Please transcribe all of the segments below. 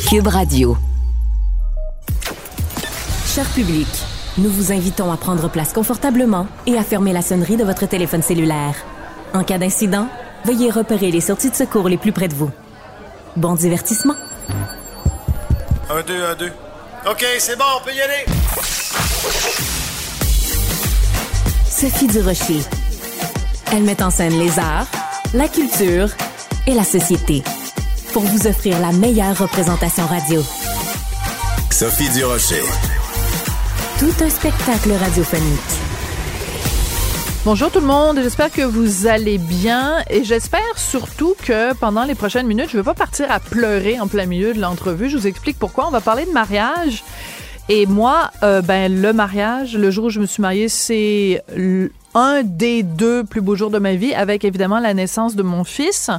Cube Radio. Cher public, nous vous invitons à prendre place confortablement et à fermer la sonnerie de votre téléphone cellulaire. En cas d'incident, veuillez repérer les sorties de secours les plus près de vous. Bon divertissement. 1, 2, 1, 2. OK, c'est bon, on peut y aller. Sophie Durocher. Elle met en scène les arts, la culture et la société pour vous offrir la meilleure représentation radio. Sophie Durocher. Tout un spectacle radiophonique. Bonjour tout le monde, j'espère que vous allez bien et j'espère surtout que pendant les prochaines minutes, je ne vais pas partir à pleurer en plein milieu de l'entrevue. Je vous explique pourquoi. On va parler de mariage. Et moi, le mariage, le jour où je me suis mariée, c'est un des 2 plus beaux jours de ma vie, avec évidemment la naissance de mon fils.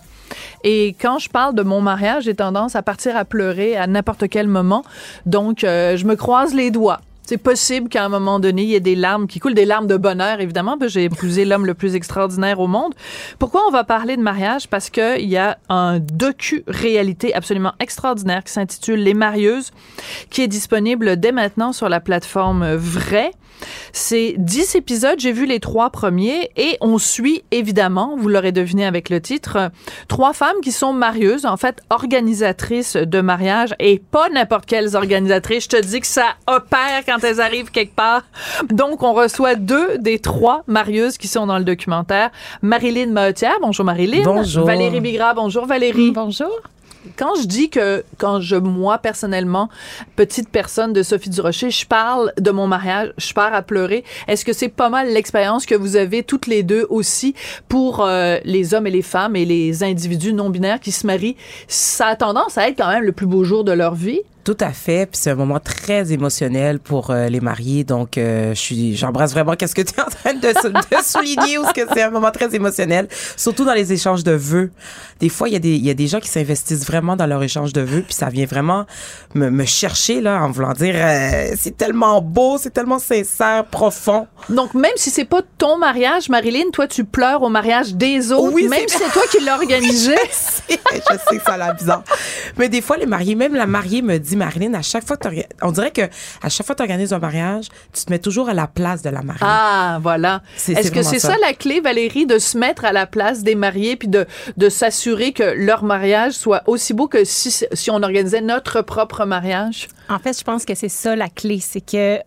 Et quand je parle de mon mariage, j'ai tendance à partir à pleurer à n'importe quel moment. Donc, je me croise les doigts. C'est possible qu'à un moment donné, il y ait des larmes qui coulent, des larmes de bonheur, évidemment, parce que j'ai épousé l'homme le plus extraordinaire au monde. Pourquoi on va parler de mariage? Parce qu'il y a un docu-réalité absolument extraordinaire qui s'intitule Les Marieuses, qui est disponible dès maintenant sur la plateforme Vrai. C'est 10 épisodes, j'ai vu les 3 premiers et on suit évidemment, vous l'aurez deviné avec le titre, 3 femmes qui sont marieuses, en fait organisatrices de mariage et pas n'importe quelles organisatrices. Je te dis que ça opère quand elles arrivent quelque part. Donc on reçoit 2 des 3 marieuses qui sont dans le documentaire. Marilyn Mahotière, bonjour Marilyn. Bonjour. Valérie Bigra, bonjour Valérie. Bonjour. Quand je dis que, moi, personnellement, petite personne de Sophie Durocher, je parle de mon mariage, je pars à pleurer, est-ce que c'est pas mal l'expérience que vous avez toutes les 2 aussi pour les hommes et les femmes et les individus non-binaires qui se marient? Ça a tendance à être quand même le plus beau jour de leur vie. Tout à fait, puis c'est un moment très émotionnel pour les mariés, donc j'embrasse vraiment qu'est-ce que tu es en train de souligner, ou ce que c'est un moment très émotionnel, surtout dans les échanges de vœux. Des fois, il y a des gens qui s'investissent vraiment dans leur échange de vœux, puis ça vient vraiment me chercher là en voulant dire c'est tellement beau, c'est tellement sincère, profond. Donc même si c'est pas ton mariage, Marilyn, toi tu pleures au mariage des autres, oui, même si c'est toi qui l'as organisé. Je sais que ça a l'air bizarre, mais des fois les mariés, même la mariée me dit, Marilyn, à chaque fois on dirait que à chaque fois que tu organises un mariage, tu te mets toujours à la place de la mariée. Ah, voilà. Est-ce que c'est ça la clé, Valérie, de se mettre à la place des mariés puis de s'assurer que leur mariage soit aussi beau que si on organisait notre propre mariage? En fait, je pense que c'est ça la clé, c'est que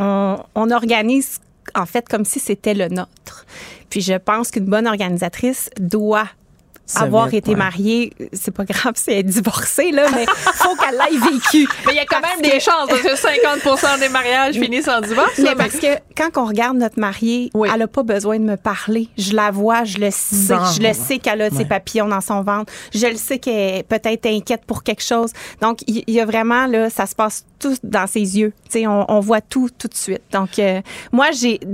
on organise en fait comme si c'était le nôtre. Puis je pense qu'une bonne organisatrice doit avoir été mariée, c'est pas grave si elle est divorcée, là, mais faut qu'elle l'ait vécu. Mais il y a quand même des chances, parce que 50% des mariages finissent en divorce. Mais parce que quand on regarde notre mariée, elle a pas besoin de me parler. Je la vois, je le sais. Je le sais qu'elle a ses papillons dans son ventre. Je le sais qu'elle est peut-être inquiète pour quelque chose. Donc, il y a vraiment, là, ça se passe tout dans ses yeux. Tu sais, on voit tout de suite. Donc, moi,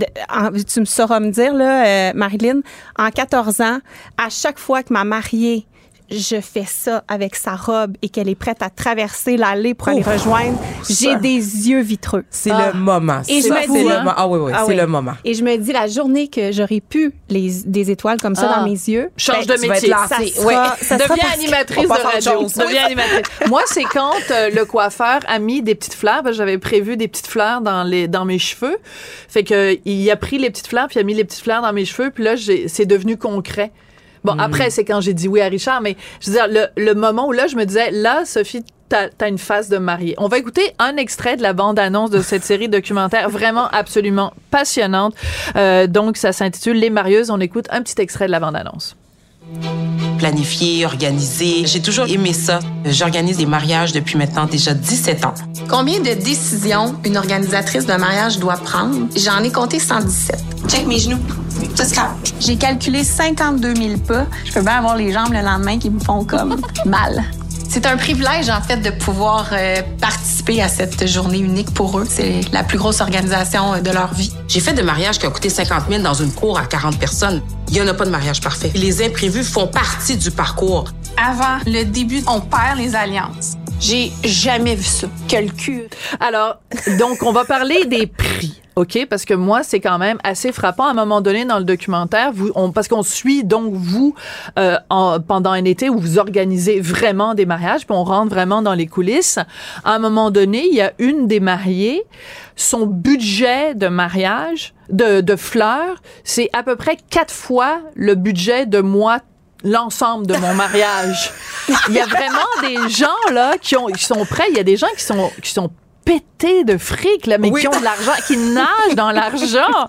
tu me sauras me dire, là, Marilyn, en 14 ans, à chaque fois que ma mariée, je fais ça avec sa robe et qu'elle est prête à traverser l'allée pour aller rejoindre, j'ai des yeux vitreux. C'est le moment. Et je me dis, c'est le moment. Et je me dis, la journée que j'aurais pu des étoiles comme ça dans mes yeux, change de métier. Deviens animatrice de radio. Deviens animatrice. Moi, c'est quand le coiffeur a mis des petites fleurs, parce que j'avais prévu des petites fleurs dans mes cheveux. Fait que il a pris les petites fleurs puis il a mis les petites fleurs dans mes cheveux, puis là c'est devenu concret. Bon, après, c'est quand j'ai dit oui à Richard, mais je veux dire, le moment où là, je me disais, là, Sophie, t'as une face de mariée. On va écouter un extrait de la bande-annonce de cette série documentaire vraiment absolument passionnante. Donc, ça s'intitule Les Marieuses. On écoute un petit extrait de la bande-annonce. Planifier, organiser. J'ai toujours aimé ça. J'organise des mariages depuis maintenant déjà 17 ans. Combien de décisions une organisatrice de mariage doit prendre? J'en ai compté 117. Check mes genoux. Ça se calme. J'ai calculé 52 000 pas. Je peux bien avoir les jambes le lendemain qui me font comme mal. C'est un privilège, en fait, de pouvoir participer à cette journée unique pour eux. C'est la plus grosse organisation de leur vie. J'ai fait des mariages qui ont coûté 50 000 dans une cour à 40 personnes. Il n'y en a pas de mariage parfait. Les imprévus font partie du parcours. Avant le début, on perd les alliances. J'ai jamais vu ça. Quel cul. Alors, donc, on va parler des prix. OK, parce que moi, c'est quand même assez frappant. À un moment donné, dans le documentaire, parce qu'on suit donc vous pendant un été où vous organisez vraiment des mariages, puis on rentre vraiment dans les coulisses. À un moment donné, il y a une des mariées, son budget de mariage, de fleurs, c'est à peu près 4 fois le budget de moi, l'ensemble de mon mariage. Il y a vraiment des gens là qui sont prêts. Il y a des gens qui sont pétés de fric, là, mais qui ont de l'argent, qui nagent dans l'argent.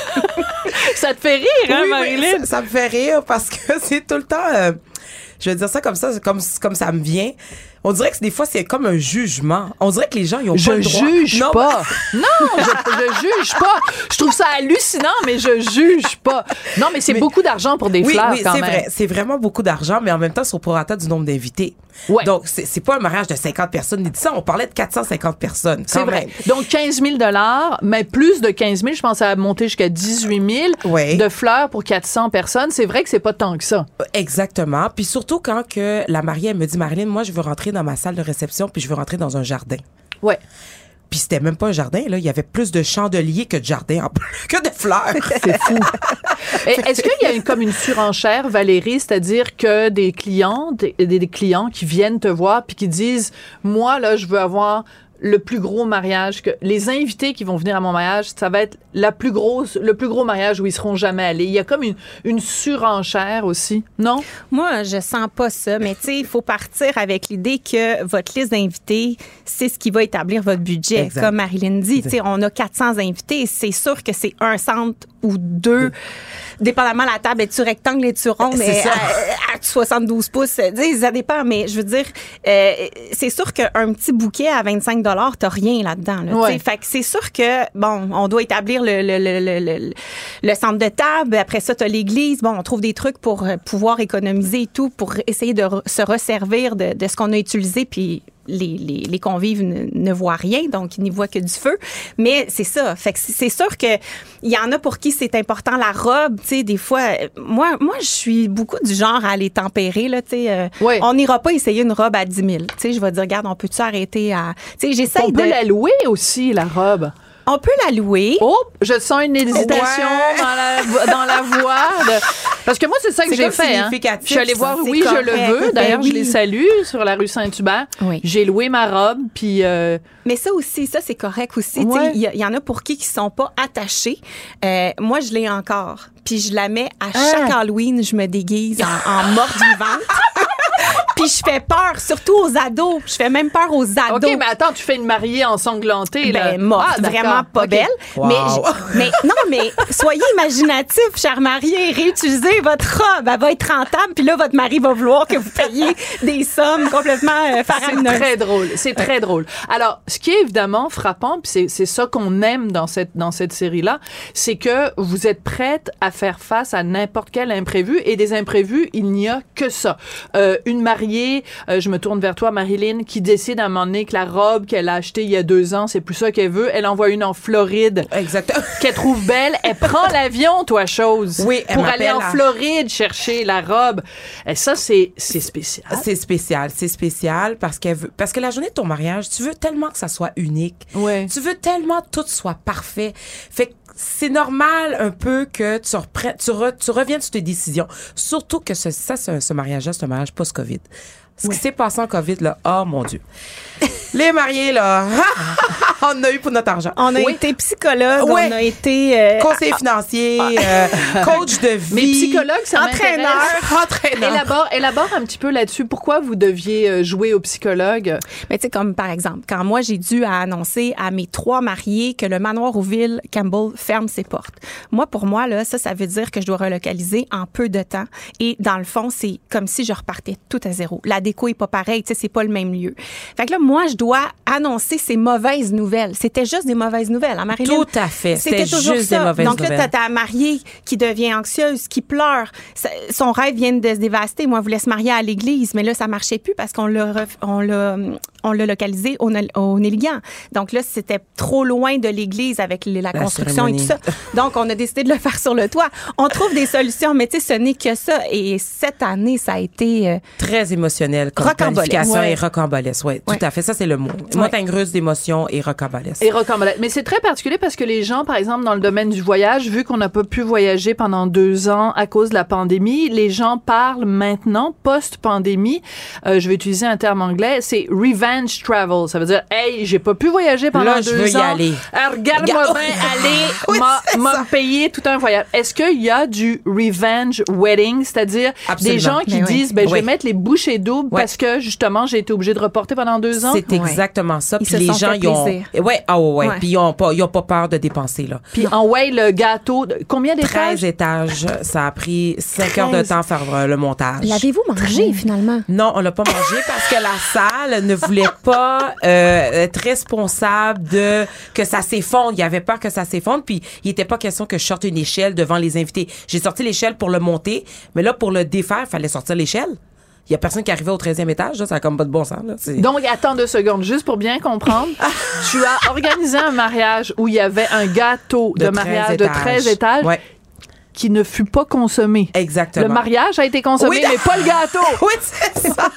Ça te fait rire, hein, Marilyn? Ça me fait rire parce que c'est tout le temps... je vais dire ça, comme ça me vient. On dirait que des fois, c'est comme un jugement. On dirait que les gens, ils ont pas le droit. Je juge pas. Non, je juge pas. Je trouve ça hallucinant, mais je juge pas. Non, mais c'est beaucoup d'argent pour des fleurs, quand même. Oui, c'est vrai. C'est vraiment beaucoup d'argent, mais en même temps, c'est au prorata du nombre d'invités. Ouais. Donc, c'est pas un mariage de 50 personnes ni de ça. On parlait de 450 personnes. C'est vrai. Donc, 15 000 $, mais plus de 15 000, je pense que ça a monté jusqu'à 18 000 de fleurs pour 400 personnes. C'est vrai que c'est pas tant que ça. Exactement. Puis surtout quand que la mariée, elle me dit, Marilyn, moi, je veux rentrer dans ma salle de réception puis je veux rentrer dans un jardin. Ouais. Puis c'était même pas un jardin, là. Il y avait plus de chandeliers que de jardins, que de fleurs. C'est fou. Est-ce qu'il y a comme une surenchère, Valérie, c'est-à-dire que des clients qui viennent te voir puis qui disent, moi, là, je veux avoir le plus gros mariage, que les invités qui vont venir à mon mariage, ça va être le plus gros mariage où ils seront jamais allés. Il y a comme une surenchère aussi, non? Moi, je sens pas ça, mais tu sais, il faut partir avec l'idée que votre liste d'invités, c'est ce qui va établir votre budget. Exact. Comme Marilyn dit, tu sais, on a 400 invités, c'est sûr que c'est un centre ou deux, dépendamment la table, est-tu rectangle, est-tu ronde, mais à 72 pouces, ça dépend, mais je veux dire, c'est sûr qu'un petit bouquet à 25 $, t'as rien là-dedans. Là, ouais. Fait que c'est sûr que, bon, on doit établir le centre de table. Après ça, t'as l'église. Bon, on trouve des trucs pour pouvoir économiser et tout, pour essayer de se resservir de ce qu'on a utilisé, puis les convives ne voient rien, donc ils n'y voient que du feu. Mais c'est ça. Fait que c'est sûr que il y en a pour qui c'est important la robe. Tu sais, des fois, moi, je suis beaucoup du genre à les tempérer. Là, tu sais, on n'ira pas essayer une robe à 10 000. Tu sais, je vais dire, regarde, on peut-tu arrêter à. Tu sais, j'essaie on peut la louer aussi, la robe. On peut la louer. Oh, je sens une hésitation dans la voix. Parce que moi, c'est ça que j'ai fait. Hein. Je suis allée voir Oui, je le veux. D'ailleurs, je les salue sur la rue Saint-Hubert. Oui. J'ai loué ma robe. Puis. Mais ça aussi, ça, c'est correct aussi. Ouais. Il y en a pour qui sont pas attachés. Moi, je l'ai encore. Puis je la mets à chaque Halloween. Je me déguise en morte vivante. Puis je fais peur, surtout aux ados. Je fais même peur aux ados. OK, mais attends, tu fais une mariée ensanglantée, là. Ben, morte, vraiment pas belle. Wow. Mais soyez imaginatifs, chers mariés. Réutilisez votre robe. Elle va être rentable. Puis là, votre mari va vouloir que vous payiez des sommes complètement faramineuses. C'est très drôle. C'est très drôle. Alors, ce qui est évidemment frappant, puis c'est ça qu'on aime dans cette série-là, c'est que vous êtes prête à faire face à n'importe quel imprévu. Et des imprévus, il n'y a que ça. Une mariée, je me tourne vers toi, Marilyn, qui décide à un moment donné que la robe qu'elle a achetée il y a 2 ans, c'est plus ça qu'elle veut. Elle envoie une en Floride. Exactement. Qu'elle trouve belle. Elle prend l'avion, toi, chose. Oui, pour aller en Floride chercher la robe. Et ça, c'est spécial. C'est spécial parce que la journée de ton mariage, tu veux tellement que ça soit unique. Ouais. Tu veux tellement que tout soit parfait. Fait que c'est normal un peu que tu reviennes sur tes décisions. Surtout que ce mariage-là, c'est un mariage post-COVID. Ce qui s'est passé en COVID, là, oh mon Dieu. Les mariés, là, on a eu pour notre argent. On a été psychologue, on a été... conseiller financier, coach de vie. Mais psychologue, ça entraîneur. Élabore un petit peu là-dessus. Pourquoi vous deviez jouer au psychologue? Mais tu sais, comme par exemple, quand moi, j'ai dû annoncer à mes 3 mariés que le manoir Rouville Campbell ferme ses portes. Pour moi, là, ça veut dire que je dois relocaliser en peu de temps. Et dans le fond, c'est comme si je repartais tout à zéro. La déco est pas pareille, tu sais, c'est pas le même lieu. Fait que là, moi, je dois annoncer ces mauvaises nouvelles. C'était juste des mauvaises nouvelles, hein, Marilyn? Tout à fait. C'était juste des mauvaises nouvelles. Donc là, t'as ta mariée qui devient anxieuse, qui pleure. Son rêve vient de se dévaster. Moi, elle voulait se marier à l'église, mais là, ça marchait plus parce qu'on l'a on l'a localisé au Néligan. Donc là, c'était trop loin de l'église avec la construction cérémonie. et tout ça. Donc, on a décidé de le faire sur le toit. On trouve des solutions, mais tu sais, ce n'est que ça. Et cette année, ça a été... très émotionnel comme Rocambolesque. planification Ouais. et rocambolesque. Oui, tout à fait. Ça, c'est le mot. Montagne russe d'émotions et rocambolesque. Et rocambolesque. Mais c'est très particulier parce que les gens, par exemple, dans le domaine du voyage, vu qu'on n'a pas pu voyager pendant 2 ans à cause de la pandémie, les gens parlent maintenant, post-pandémie, je vais utiliser un terme anglais, c'est revenge travel. Ça veut dire, hey, j'ai pas pu voyager pendant Là, 2 je veux y ans. aller. Regarde-moi bien aller, Oui, c'est m'a ça. payé tout un voyage. Est-ce qu'il y a du revenge wedding, c'est-à-dire Absolument. des gens qui Mais oui. disent, ben, je vais Oui. mettre les bouchées doubles Ouais. parce que, justement, j'ai été obligée de reporter pendant 2 ans? C'est exactement ça. Ils Puis se les sont gens, fait ils ont... plaisir. Ouais, ah ouais. Ouais. Puis ils ont pas peur de dépenser, là. Puis en way, le gâteau, combien d'étages? 13 étages. Ça a pris 5 heures de temps à faire le montage. L'avez-vous mangé, finalement? Non, on l'a pas mangé parce que la salle ne voulait pas être responsable de que ça s'effondre. Il y avait peur que ça s'effondre, puis il était pas question que je sorte une échelle devant les invités. J'ai sorti l'échelle pour le monter, mais là, pour le défaire, il fallait sortir l'échelle. Il y a personne qui arrivait au 13e étage, là, ça a comme pas de bon sens. Là. Donc, attends 2 secondes, juste pour bien comprendre. Tu as organisé un mariage où il y avait un gâteau de mariage de 13 étages Ouais, qui ne fut pas consommé. exactement. Le mariage a été consommé, Oui. mais pas le gâteau. Oui, c'est ça.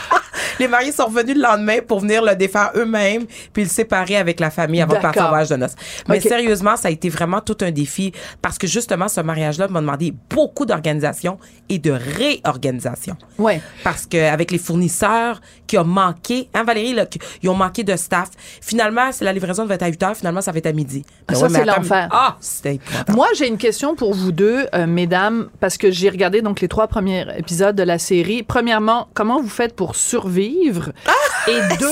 Les mariés sont revenus le lendemain pour venir le défaire eux-mêmes puis le séparer avec la famille avant de partir au D'accord. voyage de noces. Mais OK. sérieusement, ça a été vraiment tout un défi parce que justement, ce mariage-là m'a demandé beaucoup d'organisation et de réorganisation. Ouais. Parce qu'avec les fournisseurs qui ont manqué, hein Valérie, là, ils ont manqué de staff. Finalement, la livraison devait être à 8 heures, finalement, ça va être à midi. Ah, Mais ça, mais c'est attends, l'enfer. Ah, c'était épouvantable. Moi, j'ai une question pour vous deux, mesdames, parce que j'ai regardé donc les 3 premiers épisodes de la série. Premièrement, comment vous faites pour survivre? Et 2,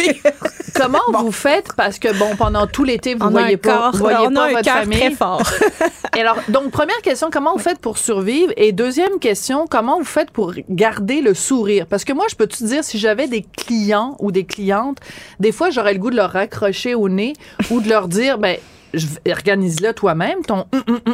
comment vous faites? Parce que, bon, pendant tout l'été, vous voyez pas, votre famille. très fort. Et alors, donc, première question, comment vous faites pour survivre? Et deuxième question, comment vous faites pour garder le sourire? Parce que moi, je peux te dire, si j'avais des clients ou des clientes, des fois, j'aurais le goût de leur raccrocher au nez ou de leur dire, ben, organise-le toi-même, ton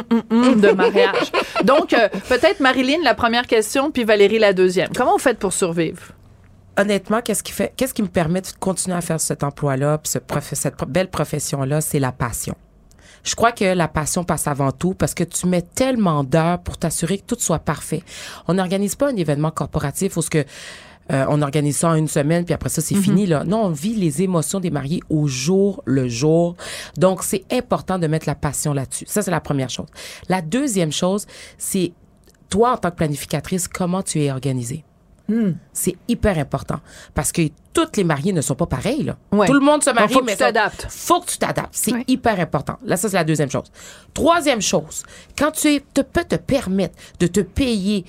de mariage. Donc, peut-être Marilyn, la première question, puis Valérie, la deuxième. Comment vous faites pour survivre? Honnêtement, qu'est-ce qui me permet de continuer à faire cet emploi-là, puis cette belle profession-là, c'est la passion. Je crois que la passion passe avant tout parce que tu mets tellement d'heures pour t'assurer que tout soit parfait. On n'organise pas un événement corporatif où on organise ça en une semaine puis après ça c'est fini là. Non, on vit les émotions des mariés au jour le jour. Donc c'est important de mettre la passion là-dessus. Ça c'est la première chose. La deuxième chose, c'est toi en tant que planificatrice, comment tu es organisée. C'est hyper important parce que toutes les mariés ne sont pas pareils là. Ouais. Tout le monde se marie faut que mais tu t'adaptes. faut que tu t'adaptes. C'est Ouais. hyper important. Là, ça, c'est la deuxième chose. Troisième chose, quand tu peux te permettre de te payer,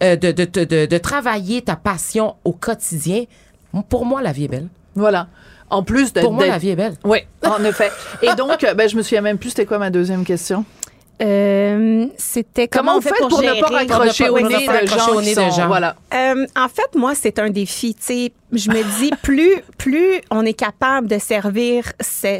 de travailler ta passion au quotidien, pour moi, la vie est belle. Voilà. En plus de... Pour moi, la vie est belle. Oui, en effet. Et donc, ben, je me souviens même plus, c'était quoi ma deuxième question? C'était Comment on fait pour ne gérer? pas raccrocher au nez de gens? Voilà. En fait, moi, c'est un défi. Tu sais, je me dis, plus on est capable de servir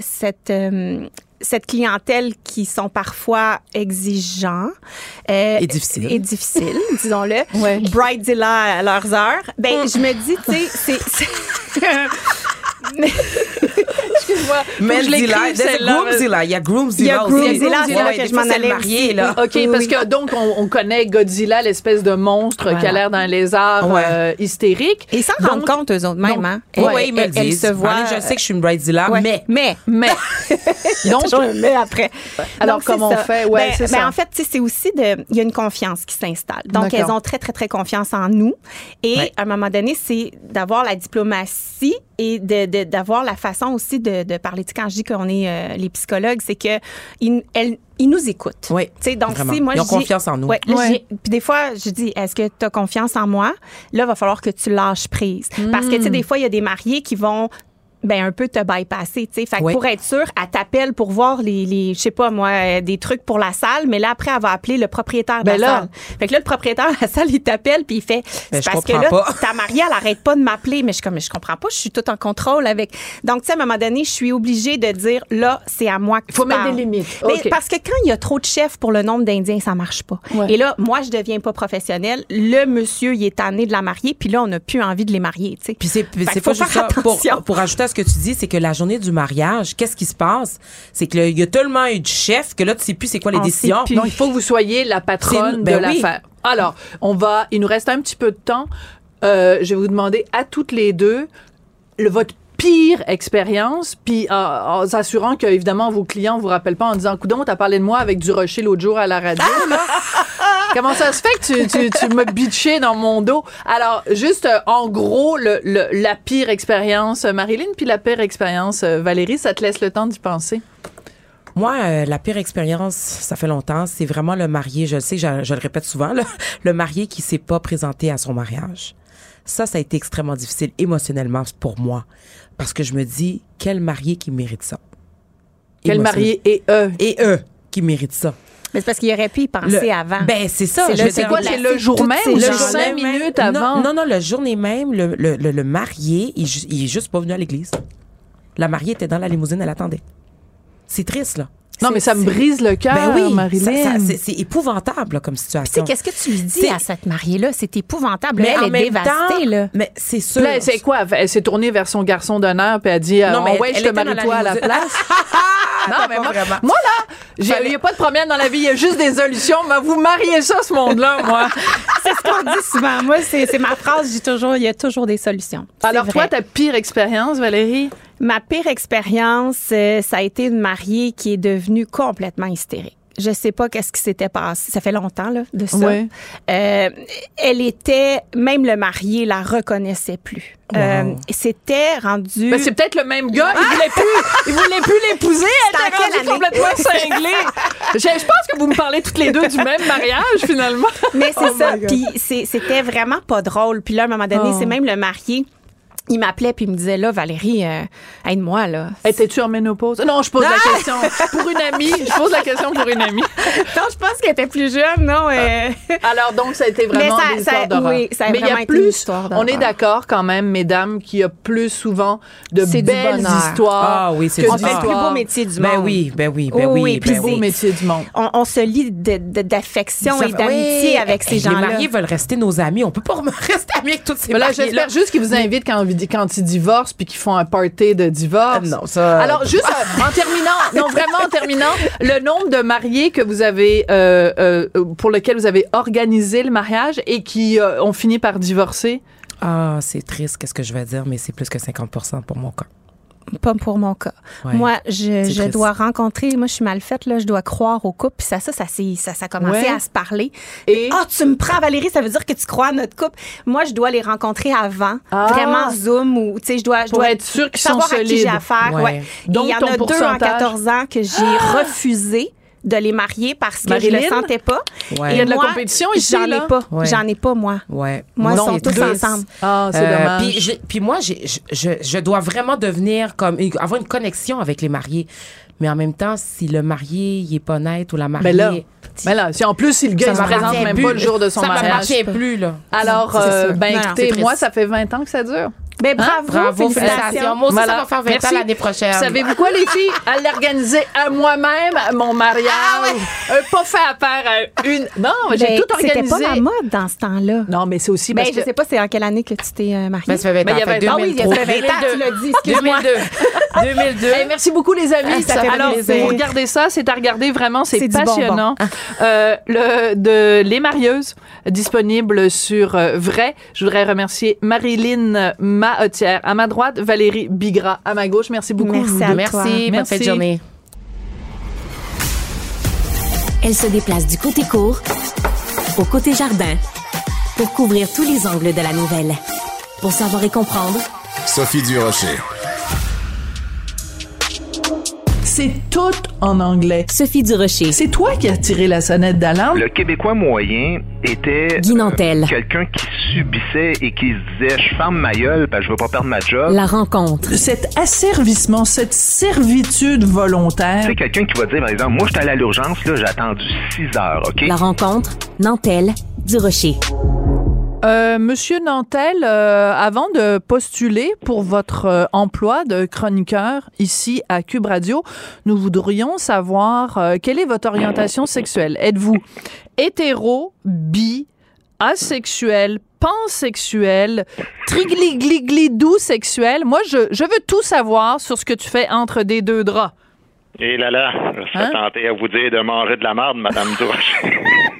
cette clientèle qui sont parfois exigeants Et difficile. et difficiles, disons-le, Ouais. bridezilla à leurs heures. Ben, je me dis, tu sais, c'est Excuse-moi. faut que je Menzilla, l'écrive, celle-là. Groomzilla. Il y a Il y Groomzilla a aussi. Groomzilla, c'est là Ouais, que des je fois, m'en c'est le allais marié, aussi. là. OK, parce que donc, on connaît Godzilla, l'espèce de monstre qui a l'air d'un lézard hystérique. Et ils s'en rendent compte, eux autres, même. Hein? Oui, ils me le Elle disent. se voit. Je sais que je suis une bridezilla, Ouais. mais Il y a Donc, toujours un mais après. alors, Donc, c'est comment on ça. fait? Ouais, c'est ça. En fait, tu sais, c'est aussi il y a une confiance qui s'installe. Donc, D'accord. elles ont très, très, très confiance en nous. Et Ouais. à un moment donné, c'est d'avoir la diplomatie et d'avoir la façon aussi de parler. Tu sais, quand je dis qu'on est les psychologues, c'est que ils nous écoutent. Oui, Tu sais, donc, vraiment. si moi, Ils ont je dis- confiance en nous. Ouais, là, Ouais. puis des fois, je dis, est-ce que tu as confiance en moi? Là, il va falloir que tu lâches prise. Parce que, tu sais, des fois, il y a des mariés qui vont un peu te bypasser, tu sais. Fait que pour être sûr, elle t'appelle pour voir les je sais pas moi, des trucs pour la salle, mais là après elle va appeler le propriétaire de la salle. Fait que là le propriétaire de la salle, il t'appelle puis il fait c'est parce que là ta mariée elle arrête pas de m'appeler, mais je comprends pas, je suis tout en contrôle avec. Donc tu sais à un moment donné, je suis obligée de dire là, c'est à moi que faut mettre des limites. Mais parce que quand il y a trop de chefs pour le nombre d'Indiens, ça marche pas. Ouais. Et là, moi je deviens pas professionnelle, le monsieur, il est tanné de la marier, puis là on n'a plus envie de les marier, tu sais. Puis c'est pas juste ça pour ajouter à ce que tu dis, c'est que la journée du mariage, qu'est-ce qui se passe? C'est qu'il y a tellement eu de chefs que là, tu sais plus c'est quoi les décisions. Non, il faut que vous soyez la patronne de l'affaire. Alors, il nous reste un petit peu de temps. Je vais vous demander à toutes les deux votre pire expérience, puis en s'assurant que, évidemment, vos clients ne vous rappellent pas en disant « Coudon, t'as parlé de moi avec du Rocher l'autre jour à la radio, là. » Comment ça se fait que tu m'as bitché dans mon dos? Alors, juste, en gros, la pire expérience, Marilyn, puis la pire expérience, Valérie, ça te laisse le temps d'y penser? Moi, la pire expérience, ça fait longtemps, c'est vraiment le marié, je le sais, je le répète souvent, le marié qui s'est pas présenté à son mariage. Ça a été extrêmement difficile émotionnellement pour moi. Parce que je me dis, quel marié qui mérite ça? Quel marié et eux qui méritent ça? Mais c'est parce qu'il aurait pu y penser avant. Ben, c'est ça. C'est quoi? C'est le jour même ou 5 minutes avant? Non, le journée même, le marié, il est juste pas venu à l'église. La mariée était dans la limousine, elle attendait. C'est triste, là. Non, mais ça me brise le cœur, Marilyn. C'est épouvantable là, comme situation. Qu'est-ce que tu lui dis à cette mariée-là? C'est épouvantable. Mais elle est dévastée. Là. Mais c'est sûr. Là, c'est quoi? Elle s'est tournée vers son garçon d'honneur puis elle a dit « Non, ouais, je te marie toi à la place. » Non, mais moi, là, il n'y a pas de problème dans la vie, il y a juste des solutions. Mais vous mariez ça, ce monde-là, moi. C'est ce qu'on dit souvent. Moi, c'est ma phrase, je dis toujours, il y a toujours des solutions. Alors, toi, ta pire expérience, Valérie? Ma pire expérience, ça a été une mariée qui est devenue complètement hystérique. Je sais pas qu'est-ce qui s'était passé. Ça fait longtemps, là, de ça. Oui. Elle était, même le marié la reconnaissait plus. Wow. C'était rendu... Ben, c'est peut-être le même gars. Il voulait plus l'épouser. Elle était rendue complètement cinglée. Je pense que vous me parlez toutes les deux du même mariage, finalement. Mais c'est ça. Puis c'était vraiment pas drôle. Puis là, à un moment donné, c'est même le marié. Il m'appelait puis il me disait là Valérie aide-moi là. Étais-tu en ménopause? Non, je pose la question pour une amie. Je pose la question pour une amie. Non, je pense qu'elle était plus jeune, non. Alors donc ça a été vraiment des histoires d'horreur. Oui, ça a vraiment été une histoire d'horreur. On est d'accord quand même, mesdames, qu'il y a plus souvent de belles histoires. Ah oui, c'est on fait le plus beau métier du monde. Ben oui. Plus beau métier du monde. On se lie d'affection et d'amitié avec ces gens-là. Les mariés veulent rester nos amis. On peut pas rester amis avec toutes ces mariés. J'espère juste qu'ils vous invitent quand ils divorcent puis qu'ils font un party de divorce. Non, ça... Alors, juste en terminant, le nombre de mariés que vous avez, pour lesquels vous avez organisé le mariage et qui ont fini par divorcer? Ah, c'est triste, qu'est-ce que je vais dire, mais c'est plus que 50% pour mon cas. Pas pour mon cas. Ouais. Moi, je dois rencontrer, moi, je suis mal faite, là, je dois croire au couple. Puis ça a commencé à se parler. Et tu me prends, Valérie, ça veut dire que tu crois à notre couple. Moi, je dois les rencontrer avant. Vraiment Zoom ou, tu sais, je dois être sûre qu'ils sont solides. Savoir à qui j'ai affaire. Ouais. Donc, il y en a 2 en 14 ans que j'ai refusé de les marier parce que je le sentais pas. Ouais. Il y a de la compétition ici, j'en ai pas. Ouais. J'en ai pas, moi. Ouais. Moi, ils sont tous ensemble. Ah, c'est dommage. Puis moi, je dois vraiment devenir avoir une connexion avec les mariés. Mais en même temps, si le marié, il est pas net ou la mariée... Mais là, si en plus, si le gars, il se présente même pas le jour de son mariage. Ça ne m'appartient plus, là. Alors, écoutez, moi, ça fait 20 ans que ça dure. Ben bravo, félicitations. Moi aussi, ça va faire 20 ans l'année prochaine. Savez-vous quoi, les filles? À l'organiser à moi-même, mon mariage. Pas fait affaire à une... Non, j'ai tout organisé. C'était pas la mode dans ce temps-là. Non, mais c'est aussi parce que... je sais pas c'est en quelle année que tu t'es mariée. Ben, ça fait 20 ans. Il y avait 20 ans, tu l'as dit, excuse-moi. 2002. Hey, merci beaucoup, les amis. Alors, vous regardez ça, c'est à regarder vraiment, c'est passionnant. De Les Marieuses, disponible sur Vrai. Je voudrais remercier Marilyn Mahotière à ma droite, Valérie Bigra à ma gauche. Merci beaucoup. Merci. Bonne fin de journée. Elle se déplace du côté court au côté jardin pour couvrir tous les angles de la nouvelle. Pour savoir et comprendre, Sophie Durocher. C'est tout en anglais. Sophie Durocher. C'est toi qui as tiré la sonnette d'alarme. Le Québécois moyen était Guy Nantel. quelqu'un qui subissait et qui se disait « Je ferme ma gueule parce que je veux pas perdre ma job ». La rencontre. Cet asservissement, cette servitude volontaire. Tu sais, quelqu'un qui va dire, par exemple, moi, je suis allé à l'urgence, là, j'ai attendu 6 heures, OK? La rencontre. Nantel, Durocher. Monsieur Nantel, avant de postuler pour votre emploi de chroniqueur ici à Cube Radio, nous voudrions savoir quelle est votre orientation sexuelle. Êtes-vous hétéro, bi, asexuel, pansexuel, trigli-gli-gli-dou sexuel? Moi, je veux tout savoir sur ce que tu fais entre des deux draps. Et là, je serais tenté à vous dire de manger de la marde, Madame Durocher.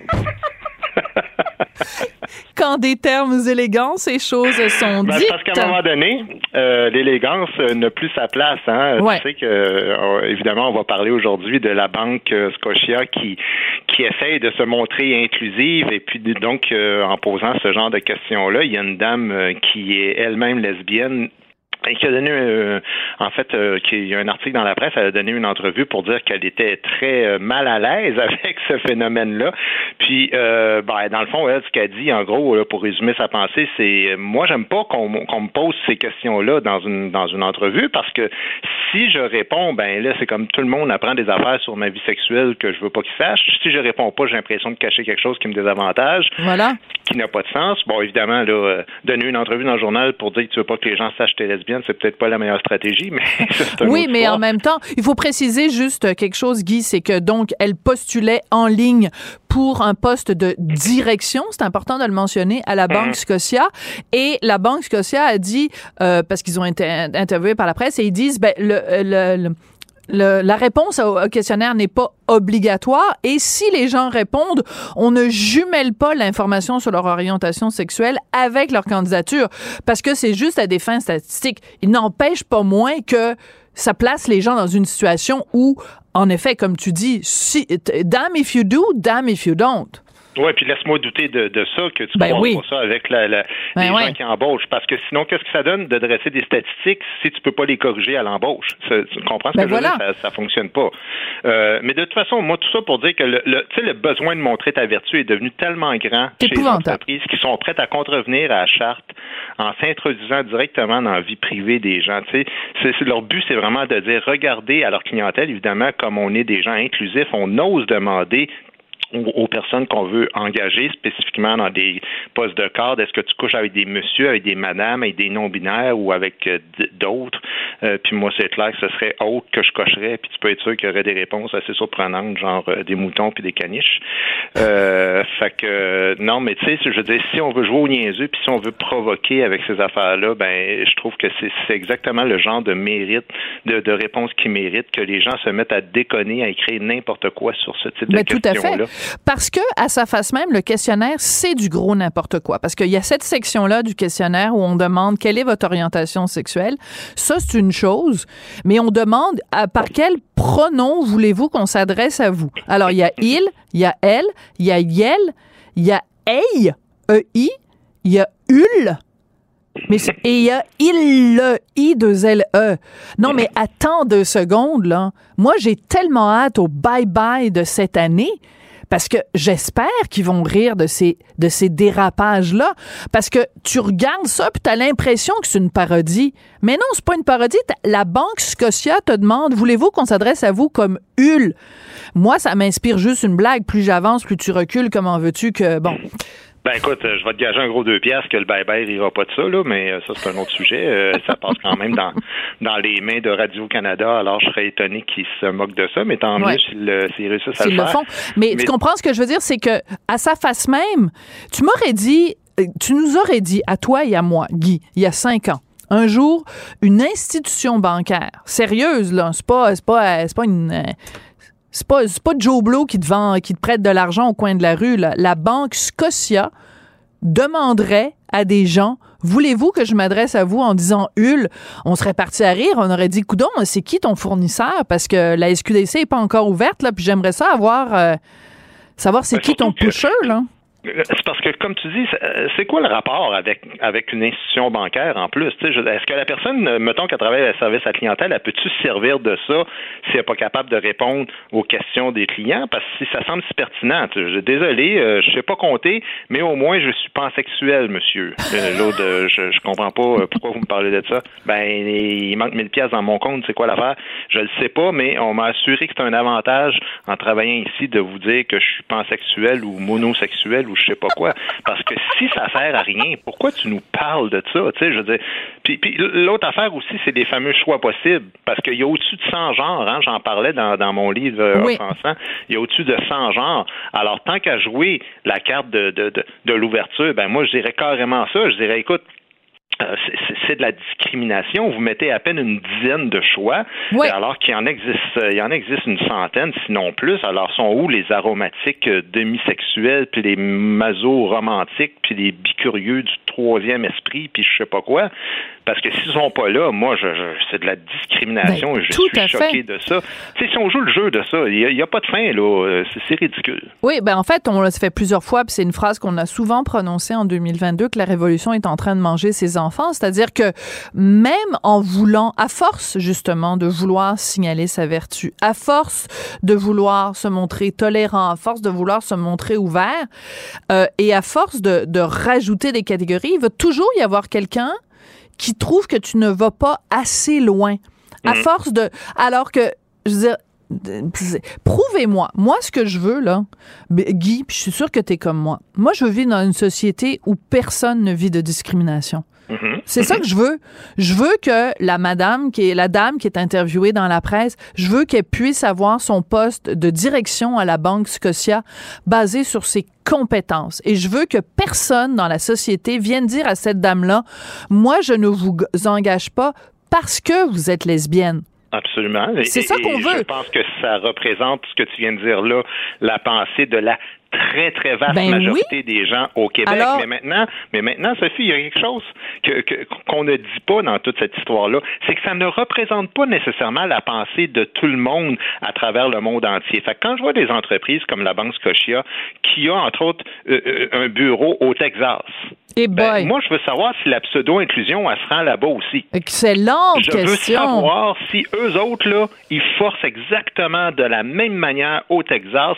Quand des termes élégants, ces choses sont dites. Parce qu'à un moment donné, l'élégance n'a plus sa place. Hein? Ouais. Tu sais que, évidemment, on va parler aujourd'hui de la banque Scotia qui essaye de se montrer inclusive et puis donc en posant ce genre de questions-là, il y a une dame qui est elle-même lesbienne et qui a donné, il y a un article dans la presse, elle a donné une entrevue pour dire qu'elle était très mal à l'aise avec ce phénomène-là. Puis, dans le fond, elle, ce qu'elle dit, en gros, là, pour résumer sa pensée, c'est moi, j'aime pas qu'on me pose ces questions-là dans une entrevue parce que si je réponds, ben là, c'est comme tout le monde apprend des affaires sur ma vie sexuelle que je veux pas qu'ils sachent. Si je réponds pas, j'ai l'impression de cacher quelque chose qui me désavantage, qui n'a pas de sens. Bon, évidemment, là, donner une entrevue dans le journal pour dire que tu veux pas que les gens sachent tes lesbiennes, c'est peut-être pas la meilleure stratégie, mais c'est oui, mais en même temps, il faut préciser juste quelque chose, Guy, c'est que donc elle postulait en ligne pour un poste de direction, c'est important de le mentionner, à la Banque Scotia, et la Banque Scotia a dit, parce qu'ils ont été interviewés par la presse, et ils disent, la réponse au questionnaire n'est pas obligatoire et si les gens répondent, on ne jumelle pas l'information sur leur orientation sexuelle avec leur candidature parce que c'est juste à des fins statistiques. Il n'empêche pas moins que ça place les gens dans une situation où, en effet, comme tu dis, damn if you do, damn if you don't. Oui, puis laisse-moi douter de ça, que tu crois pas ça avec les gens qui embauchent. Parce que sinon, qu'est-ce que ça donne de dresser des statistiques si tu peux pas les corriger à l'embauche? Tu comprends ce que je veux dire? Ça fonctionne pas. Mais de toute façon, moi, tout ça pour dire que le besoin de montrer ta vertu est devenu tellement grand chez les entreprises qui sont prêtes à contrevenir à la charte en s'introduisant directement dans la vie privée des gens. Leur but, c'est vraiment de dire, regardez à leur clientèle, évidemment, comme on est des gens inclusifs, on ose demander aux personnes qu'on veut engager spécifiquement dans des postes de cadre. Est-ce que tu couches avec des messieurs, avec des madames, avec des non-binaires ou avec d'autres? Puis moi, c'est clair que ce serait autre que je cocherais. Puis tu peux être sûr qu'il y aurait des réponses assez surprenantes, genre des moutons puis des caniches. Fait que non, mais tu sais, je veux dire, si on veut jouer au niaiseux puis si on veut provoquer avec ces affaires-là, ben je trouve que c'est exactement le genre de mérite, de réponse qui mérite que les gens se mettent à déconner, à écrire n'importe quoi sur ce type de questions-là. Parce que, à sa face même, le questionnaire, c'est du gros n'importe quoi. Parce qu'il y a cette section-là du questionnaire où on demande quelle est votre orientation sexuelle. Ça, c'est une chose. Mais on demande par quel pronom voulez-vous qu'on s'adresse à vous. Alors, il y a il, il y a elle, il y a yel, il y a ei, E-I, il y a ul. Et il y a I2LE. Non, mais attends 2 secondes, là. Moi, j'ai tellement hâte au bye-bye de cette année parce que j'espère qu'ils vont rire de ces dérapages-là. Parce que tu regardes ça puis t'as l'impression que c'est une parodie. Mais non, c'est pas une parodie. La Banque Scotia te demande, voulez-vous qu'on s'adresse à vous comme Ul? Moi, ça m'inspire juste une blague. Plus j'avance, plus tu recules. Comment veux-tu que... Bon... Ben écoute, je vais te gager un gros 2 piastres que le bye-bye rira pas de ça, là, mais ça, c'est un autre sujet. Ça passe quand même dans les mains de Radio-Canada, alors je serais étonné qu'ils se moquent de ça, mais tant mieux s'ils réussissent à le faire. Font. Mais tu comprends ce que je veux dire, c'est que à sa face même, tu nous aurais dit, à toi et à moi, Guy, il y a 5 ans, un jour, une institution bancaire, sérieuse, là, c'est pas une... C'est pas Joe Blow qui te prête de l'argent au coin de la rue, là. La Banque Scotia demanderait à des gens, voulez-vous que je m'adresse à vous en disant Ul? On serait parti à rire, on aurait dit, coudonc, c'est qui ton fournisseur? Parce que la SQDC est pas encore ouverte, là, puis j'aimerais ça savoir c'est qui ton pusher, là. C'est parce que, comme tu dis, c'est quoi le rapport avec une institution bancaire en plus? Est-ce que la personne, mettons qu'elle travaille à service à clientèle, elle peut-tu se servir de ça si elle n'est pas capable de répondre aux questions des clients? Parce que si ça semble si pertinent, désolé, je sais pas compter, mais au moins je suis pansexuel, monsieur. L'autre, je comprends pas pourquoi vous me parlez de ça. Ben, il manque 1000$ dans mon compte, c'est quoi l'affaire? Je le sais pas, mais on m'a assuré que c'est un avantage en travaillant ici de vous dire que je suis pansexuel ou monosexuel ou je sais pas quoi. Parce que si ça sert à rien, pourquoi tu nous parles de ça? Tu sais, je veux dire. Puis l'autre affaire aussi, c'est des fameux choix possibles. Parce qu'il y a au-dessus de 100 genres, hein, j'en parlais dans mon livre offensant, il y a au-dessus de 100 genres. Alors, tant qu'à jouer la carte de l'ouverture, ben moi, je dirais carrément ça. Je dirais, écoute, c'est de la discrimination. Vous mettez à peine une dizaine de choix, alors qu'il en existe une centaine, sinon plus. Alors, sont où les aromatiques demisexuels, puis les maso-romantiques, puis les bicurieux du troisième esprit, puis je sais pas quoi? Parce que s'ils sont pas là, moi, c'est de la discrimination et je suis choqué de ça. Tu sais, si on joue le jeu de ça, il n'y a pas de fin, là. C'est ridicule. Oui, ben en fait, on l'a fait plusieurs fois, puis c'est une phrase qu'on a souvent prononcée en 2022, que la révolution est en train de manger ses enfants. C'est-à-dire que même en voulant, à force, justement, de vouloir signaler sa vertu, à force de vouloir se montrer tolérant, à force de vouloir se montrer ouvert, et à force de rajouter des catégories, il va toujours y avoir quelqu'un qui trouve que tu ne vas pas assez loin. À force de... Alors que, je veux dire, prouvez-moi. Moi, ce que je veux, là, Guy, puis je suis sûre que t'es comme moi. Moi, je veux vivre dans une société où personne ne vit de discrimination. C'est ça que je veux. Je veux que la dame qui est interviewée dans la presse, je veux qu'elle puisse avoir son poste de direction à la Banque Scotia basé sur ses compétences. Et je veux que personne dans la société vienne dire à cette dame-là, moi, je ne vous engage pas parce que vous êtes lesbienne. Absolument. C'est ça qu'on veut. Je pense que ça représente ce que tu viens de dire là, la pensée de la très, très vaste majorité des gens au Québec. Alors, mais maintenant, Sophie, il y a quelque chose qu'on ne dit pas dans toute cette histoire-là, c'est que ça ne représente pas nécessairement la pensée de tout le monde à travers le monde entier. Fait que quand je vois des entreprises comme la Banque Scotia, qui a, entre autres, un bureau au Texas, moi, je veux savoir si la pseudo-inclusion, elle se rend là-bas aussi. Excellente question. Je veux savoir si eux autres, là, ils forcent exactement de la même manière au Texas.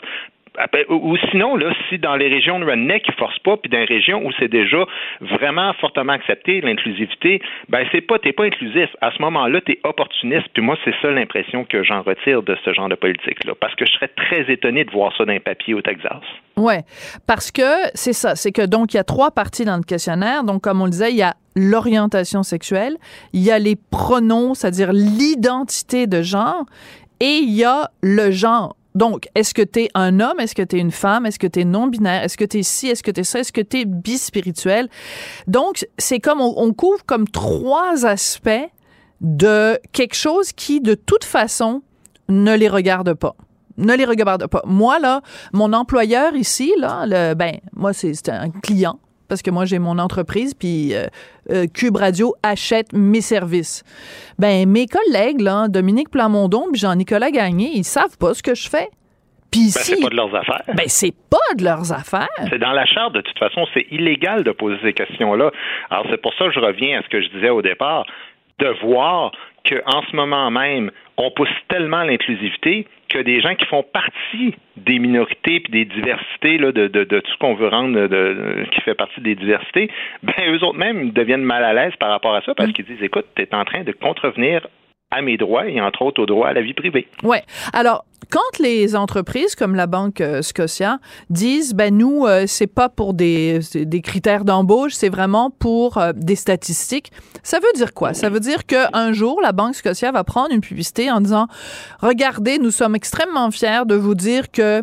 Ou sinon, là, si dans les régions de redneck, ils ne forcent pas, puis dans les régions où c'est déjà vraiment fortement accepté, l'inclusivité, t'es pas inclusif. À ce moment-là, t'es opportuniste. Puis moi, c'est ça l'impression que j'en retire de ce genre de politique-là. Parce que je serais très étonné de voir ça dans un papier au Texas. Ouais, parce que c'est ça. C'est que donc, il y a 3 parties dans le questionnaire. Donc, comme on le disait, il y a l'orientation sexuelle, il y a les pronoms, c'est-à-dire l'identité de genre, et il y a le genre. Donc, est-ce que t'es un homme? Est-ce que t'es une femme? Est-ce que t'es non-binaire? Est-ce que t'es ci? Est-ce que t'es ça? Est-ce que t'es bispirituel? Donc, c'est comme, on couvre comme 3 aspects de quelque chose qui, de toute façon, ne les regarde pas. Ne les regarde pas. Moi, là, mon employeur ici, là, moi, c'est un client. Parce que moi, j'ai mon entreprise, puis Cube Radio achète mes services. Mes collègues, là, Dominique Plamondon puis Jean-Nicolas Gagné, ils savent pas ce que je fais. Puis c'est pas de leurs affaires. C'est pas de leurs affaires. C'est dans la charte, de toute façon, c'est illégal de poser ces questions-là. Alors, c'est pour ça que je reviens à ce que je disais au départ, de voir qu'en ce moment même, on pousse tellement l'inclusivité que des gens qui font partie des minorités puis des diversités là, de tout ce qu'on veut rendre qui fait partie des diversités, eux autres même deviennent mal à l'aise par rapport à ça parce qu'ils disent, écoute, t'es en train de contrevenir à mes droits et entre autres au droit à la vie privée. Oui. Alors, quand les entreprises comme la Banque Scotia disent, nous, c'est pas pour des critères d'embauche, c'est vraiment pour des statistiques, ça veut dire quoi? Ça veut dire qu'un jour, la Banque Scotia va prendre une publicité en disant, regardez, nous sommes extrêmement fiers de vous dire que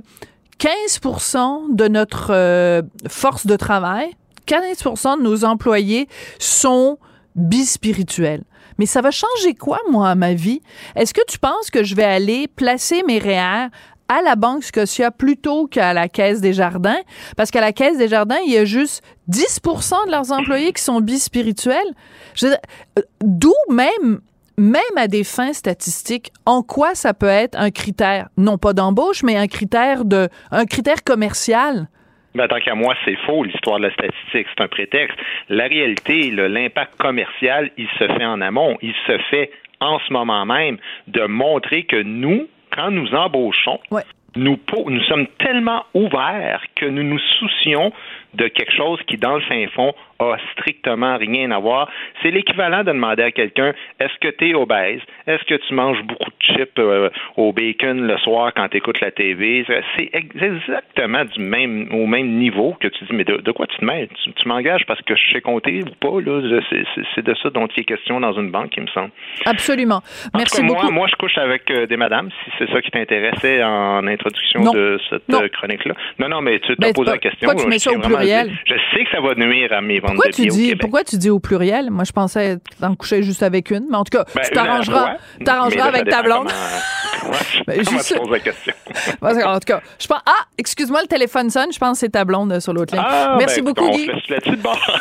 15% de notre force de travail, 15% de nos employés sont bispirituels. Mais ça va changer quoi, moi, à ma vie? Est-ce que tu penses que je vais aller placer mes REER à la Banque Scotia plutôt qu'à la Caisse des Jardins? Parce qu'à la Caisse des Jardins, il y a juste 10% de leurs employés qui sont bispirituels. D'où même à des fins statistiques, en quoi ça peut être un critère, non pas d'embauche, mais un critère commercial? Ben, tant qu'à moi, c'est faux, l'histoire de la statistique. C'est un prétexte. La réalité, l'impact commercial, il se fait en amont. Il se fait en ce moment même de montrer que nous, quand nous embauchons, nous sommes tellement ouverts que nous nous soucions de quelque chose qui, dans le fin fond, a strictement rien à voir. C'est l'équivalent de demander à quelqu'un, est-ce que tu es obèse? Est-ce que tu manges beaucoup de chips au bacon le soir quand tu écoutes la TV? C'est exactement au même niveau que tu dis, mais de quoi tu te mets? Tu m'engages parce que je sais compter ou pas? Là? C'est de ça dont il est question dans une banque, il me semble. Absolument. Merci beaucoup. Moi, je couche avec des madames, si c'est ça qui t'intéressait en introduction de cette chronique-là. Non, mais tu t'as posé la question. Pourquoi tu mets ça au pluriel? Je sais que ça va nuire à mes ventes de billets au Québec. Pourquoi tu dis au pluriel? Moi, je pensais t'en coucher juste avec une. Mais en tout cas, tu t'arrangeras avec ta blonde. Juste... pose la question. En tout cas, je pense... excuse-moi, le téléphone sonne. Je pense que c'est ta blonde sur l'autre ligne. Merci beaucoup, Guy. On se laisse là-dessus de bord.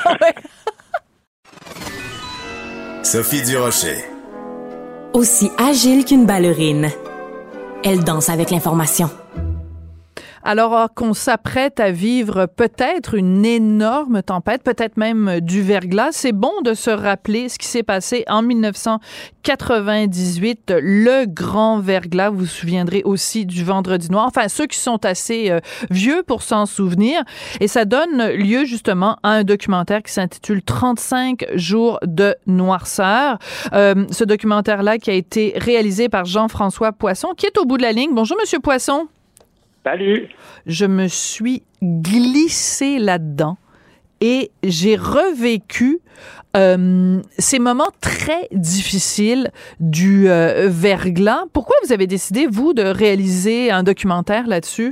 Sophie Durocher. Aussi agile qu'une ballerine, elle danse avec l'information. Alors qu'on s'apprête à vivre peut-être une énorme tempête, peut-être même du verglas, c'est bon de se rappeler ce qui s'est passé en 1998, le grand verglas. Vous vous souviendrez aussi du Vendredi noir. Enfin, ceux qui sont assez vieux pour s'en souvenir. Et ça donne lieu justement à un documentaire qui s'intitule 35 jours de noirceur. Ce documentaire-là qui a été réalisé par Jean-François Poisson, qui est au bout de la ligne. Bonjour, Monsieur Poisson. Salut. Je me suis glissée là-dedans et j'ai revécu ces moments très difficiles du verglas. Pourquoi vous avez décidé, vous, de réaliser un documentaire là-dessus?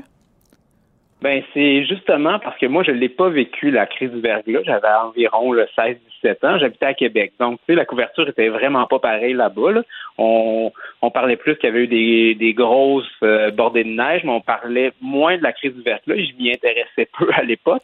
Ben, c'est justement parce que moi, je ne l'ai pas vécu, la crise du verglas. J'avais environ 16-17 ans. J'habitais à Québec. Donc, tu sais, la couverture était vraiment pas pareille là-bas. Là. On parlait plus qu'il y avait eu des grosses bordées de neige, mais on parlait moins de la crise du verglas. Je m'y intéressais peu à l'époque.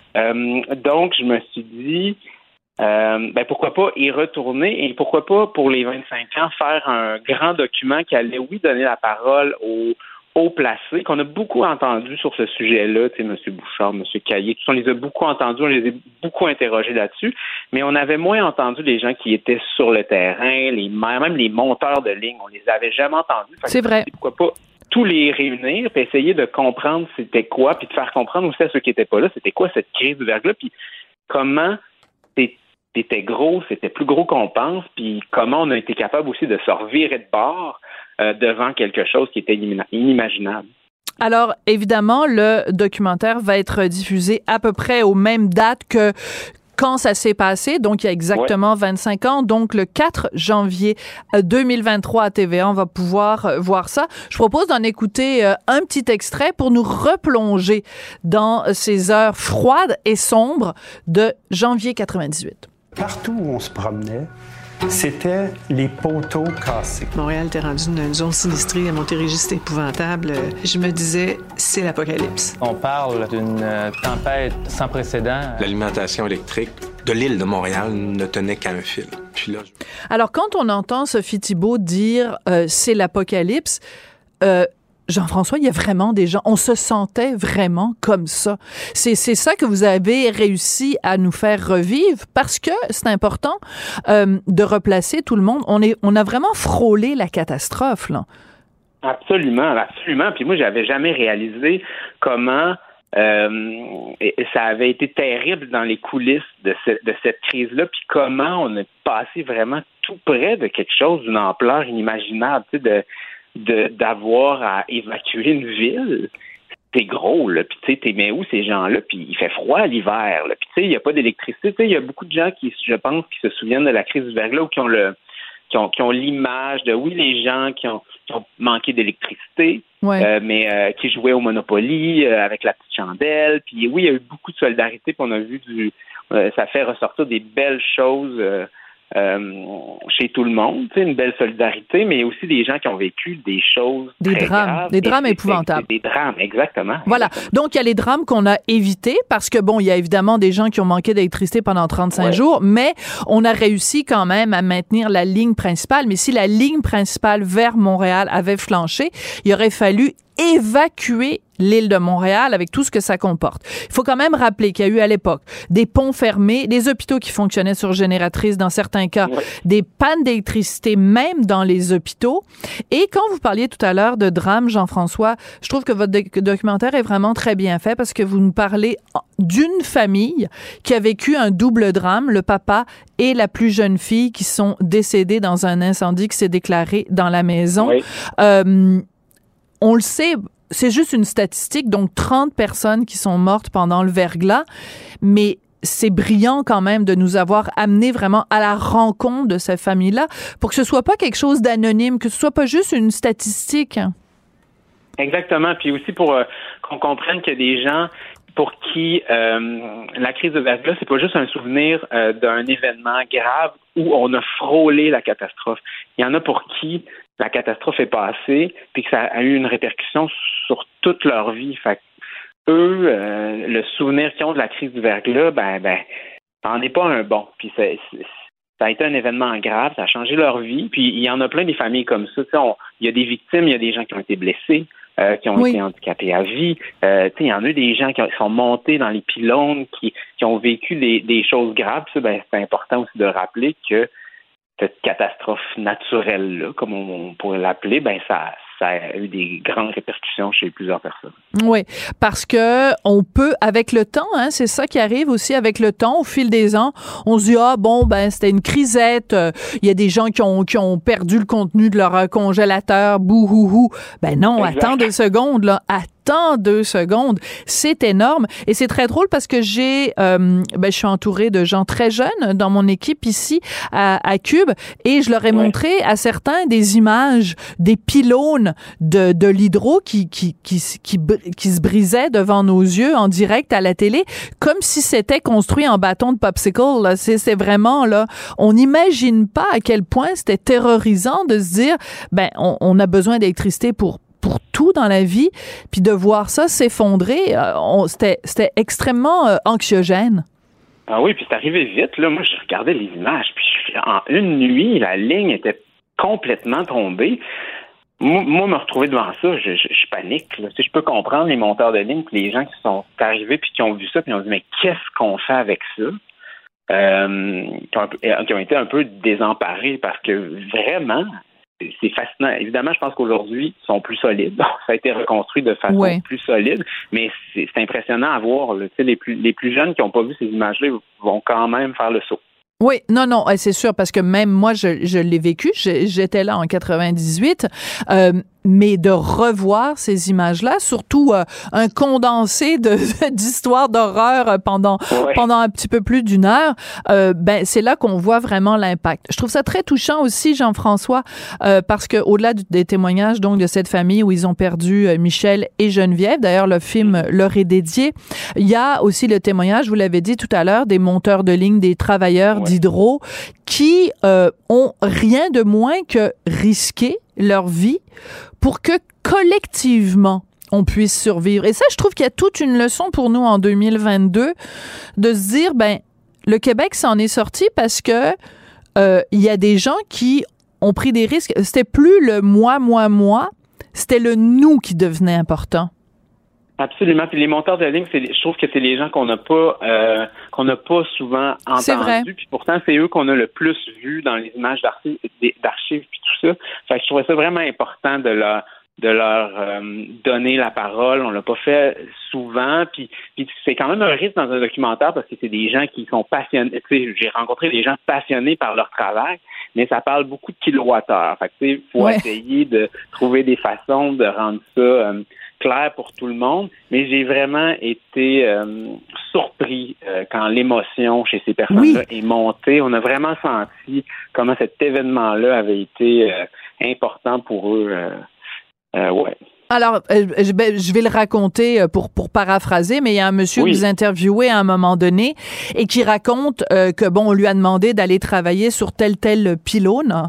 Donc, je me suis dit, pourquoi pas y retourner et pourquoi pas, pour les 25 ans, faire un grand document qui allait, donner la parole aux haut placés, qu'on a beaucoup entendu sur ce sujet-là, tu sais, M. Bouchard, M. Caillé, on les a beaucoup entendus, on les a beaucoup interrogés là-dessus, mais on avait moins entendu les gens qui étaient sur le terrain, les maires, même les monteurs de ligne, on les avait jamais entendus. C'est vrai. Pourquoi pas tous les réunir, puis essayer de comprendre c'était quoi, puis de faire comprendre aussi à ceux qui n'étaient pas là, c'était quoi cette crise du verglas, puis comment c'était gros, c'était plus gros qu'on pense, puis comment on a été capable aussi de se revirer de bord devant quelque chose qui était inimaginable. Alors, évidemment, le documentaire va être diffusé à peu près aux mêmes dates que quand ça s'est passé, donc il y a exactement 25 ans, donc le 4 janvier 2023 à TVA, on va pouvoir voir ça. Je propose d'en écouter un petit extrait pour nous replonger dans ces heures froides et sombres de janvier 98. Partout où on se promenait, c'était les poteaux cassés. Montréal était rendu une zone sinistrée. À Montérégie, c'était épouvantable. Je me disais, c'est l'apocalypse. On parle d'une tempête sans précédent. L'alimentation électrique de l'île de Montréal ne tenait qu'à un fil. Puis là, Alors, quand on entend Sophie Thibault dire c'est l'apocalypse, Jean-François, il y a vraiment des gens, on se sentait vraiment comme ça. C'est ça que vous avez réussi à nous faire revivre parce que c'est important de replacer tout le monde. On a vraiment frôlé la catastrophe, là. Absolument. Puis moi, j'avais jamais réalisé comment ça avait été terrible dans les coulisses de cette crise-là, puis comment on est passé vraiment tout près de quelque chose d'une ampleur inimaginable, tu sais, d'avoir à évacuer une ville. C'est gros, là. Puis, tu sais, t'es mais où ces gens-là? Puis, il fait froid l'hiver, là. Puis, tu sais, il n'y a pas d'électricité. Tu sais, il y a beaucoup de gens qui, je pense, qui se souviennent de la crise du verglas ou qui ont l'image de, les gens qui ont manqué d'électricité, mais qui jouaient au Monopoly avec la petite chandelle. Puis, il y a eu beaucoup de solidarité. Puis, on a vu ça fait ressortir des belles choses chez tout le monde, une belle solidarité, mais aussi des gens qui ont vécu des choses graves, des drames épouvantables. Des drames, exactement. Voilà. Donc, il y a les drames qu'on a évités parce que, il y a évidemment des gens qui ont manqué d'électricité pendant 35 jours, mais on a réussi quand même à maintenir la ligne principale. Mais si la ligne principale vers Montréal avait flanché, il aurait fallu évacuer l'île de Montréal avec tout ce que ça comporte. Il faut quand même rappeler qu'il y a eu à l'époque des ponts fermés, des hôpitaux qui fonctionnaient sur génératrice dans certains cas, des pannes d'électricité même dans les hôpitaux. Et quand vous parliez tout à l'heure de drame, Jean-François, je trouve que votre documentaire est vraiment très bien fait parce que vous nous parlez d'une famille qui a vécu un double drame, le papa et la plus jeune fille qui sont décédés dans un incendie qui s'est déclaré dans la maison. Oui. On le sait, c'est juste une statistique, donc 30 personnes qui sont mortes pendant le verglas, mais c'est brillant quand même de nous avoir amené vraiment à la rencontre de cette famille-là pour que ce soit pas quelque chose d'anonyme, que ce soit pas juste une statistique. Exactement, puis aussi pour qu'on comprenne qu'il y a des gens pour qui la crise de verglas, c'est pas juste un souvenir d'un événement grave où on a frôlé la catastrophe. Il y en a pour qui la catastrophe est passée, puis que ça a eu une répercussion sur toute leur vie. Fait eux, le souvenir qu'ils ont de la crise du verglas, n'en est pas un bon. Puis ça a été un événement grave, ça a changé leur vie. Puis il y en a plein des familles comme ça. Il y a des victimes, il y a des gens qui ont été blessés, qui ont été handicapés à vie. Il y en a des gens qui sont montés dans les pylônes, qui ont vécu des choses graves. Ça, c'est important aussi de rappeler que cette catastrophe naturelle-là, comme on pourrait l'appeler, ça a eu des grandes répercussions chez plusieurs personnes. Oui, parce que on peut, avec le temps, c'est ça qui arrive aussi avec le temps, au fil des ans, on se dit, c'était une crisette, il y a des gens qui ont perdu le contenu de leur congélateur, bouhouhou. Non, exact. Attends 2 secondes, là, Attends 2 secondes. C'est énorme. Et c'est très drôle parce que je suis entourée de gens très jeunes dans mon équipe ici à Cube et je leur ai montré à certains des images des pylônes de l'hydro qui se brisaient devant nos yeux en direct à la télé comme si c'était construit en bâton de popsicle. Là. C'est vraiment, là, on n'imagine pas à quel point c'était terrorisant de se dire, on a besoin d'électricité pour tout dans la vie, puis de voir ça s'effondrer, c'était extrêmement anxiogène. Ah oui, puis c'est arrivé vite. Là, moi, je regardais les images, puis en une nuit, la ligne était complètement tombée. Moi, me retrouver devant ça, je panique. Là. Je peux comprendre les monteurs de ligne, puis les gens qui sont arrivés, puis qui ont vu ça, puis ont dit, mais qu'est-ce qu'on fait avec ça? Qui ont été un peu désemparés, parce que vraiment, c'est fascinant. Évidemment, je pense qu'aujourd'hui, ils sont plus solides. Ça a été reconstruit de façon plus solide, mais c'est impressionnant à voir. Là. Les plus jeunes qui n'ont pas vu ces images-là vont quand même faire le saut. Oui, non, c'est sûr, parce que même moi, je l'ai vécu. J'étais là en 98. Mais de revoir ces images-là, surtout un condensé d'histoires d'horreur pendant un petit peu plus d'1 heure, c'est là qu'on voit vraiment l'impact. Je trouve ça très touchant aussi, Jean-François, parce que au-delà des témoignages donc de cette famille où ils ont perdu Michel et Geneviève, d'ailleurs le film leur est dédié, il y a aussi le témoignage, vous l'avez dit tout à l'heure, des monteurs de ligne, des travailleurs d'hydro qui ont rien de moins que risqué leur vie pour que collectivement on puisse survivre. Et ça, je trouve qu'il y a toute une leçon pour nous en 2022 de se dire, le Québec s'en est sorti parce que il y a des gens qui ont pris des risques. C'était plus le moi, c'était le nous qui devenait important. Absolument. Puis les monteurs de ligne, je trouve que c'est les gens qu'on n'a pas souvent entendus. Puis pourtant, c'est eux qu'on a le plus vu dans les images d'archives puis tout ça. Fait que je trouvais ça vraiment important de leur donner la parole. On l'a pas fait souvent. Puis c'est quand même un risque dans un documentaire parce que c'est des gens qui sont passionnés. Tu sais, j'ai rencontré des gens passionnés par leur travail, mais ça parle beaucoup de kilowattheures. Fait que tu sais, faut essayer de trouver des façons de rendre ça clair pour tout le monde, mais j'ai vraiment été surpris quand l'émotion chez ces personnes-là est montée. On a vraiment senti comment cet événement-là avait été important pour eux. Alors, je vais le raconter pour paraphraser, mais il y a un monsieur que vous interviewez à un moment donné et qui raconte que, on lui a demandé d'aller travailler sur tel pylône.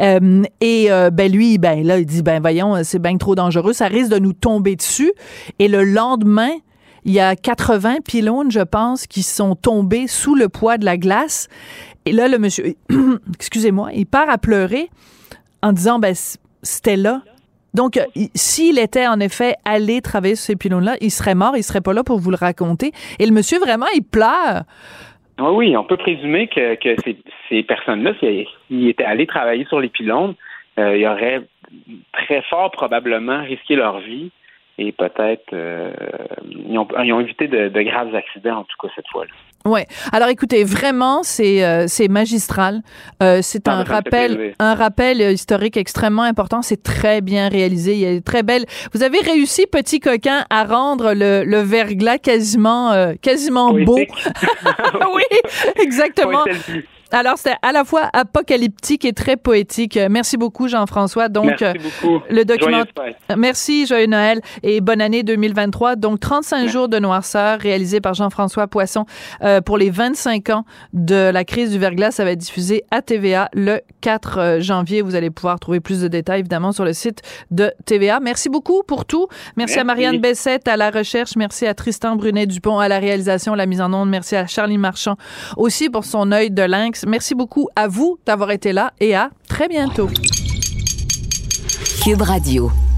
Lui, là, il dit, voyons, c'est bien trop dangereux, ça risque de nous tomber dessus. Et le lendemain, il y a 80 pylônes, je pense, qui sont tombés sous le poids de la glace. Et là, le monsieur, excusez-moi, il part à pleurer en disant, c'était là. Donc, s'il était en effet allé travailler sur ces pylônes-là, il serait mort, il serait pas là pour vous le raconter. Et le monsieur, vraiment, il pleure. Oui, on peut présumer que ces personnes-là, s'ils étaient allés travailler sur les pylônes, ils auraient très fort probablement risqué leur vie et peut-être ils ont évité de graves accidents, en tout cas cette fois-là. Ouais. Alors écoutez, vraiment, c'est magistral. C'est un rappel historique extrêmement important. C'est très bien réalisé. Il y a très belle. Vous avez réussi, petit coquin, à rendre le verglas quasiment beau. Oui, exactement. Alors, c'était à la fois apocalyptique et très poétique. Merci beaucoup, Jean-François. Donc, merci beaucoup. Le document. Merci, joyeux Noël et bonne année 2023. Donc, 35 jours de noirceur réalisé par Jean-François Poisson pour les 25 ans de la crise du verglas. Ça va être diffusé à TVA le 4 janvier. Vous allez pouvoir trouver plus de détails, évidemment, sur le site de TVA. Merci beaucoup pour tout. Merci à Marianne Bessette à la recherche. Merci à Tristan Brunet-Dupont à la réalisation, la mise en onde. Merci à Charlie Marchand aussi pour son œil de lynx. Merci beaucoup à vous d'avoir été là et à très bientôt. Cube Radio.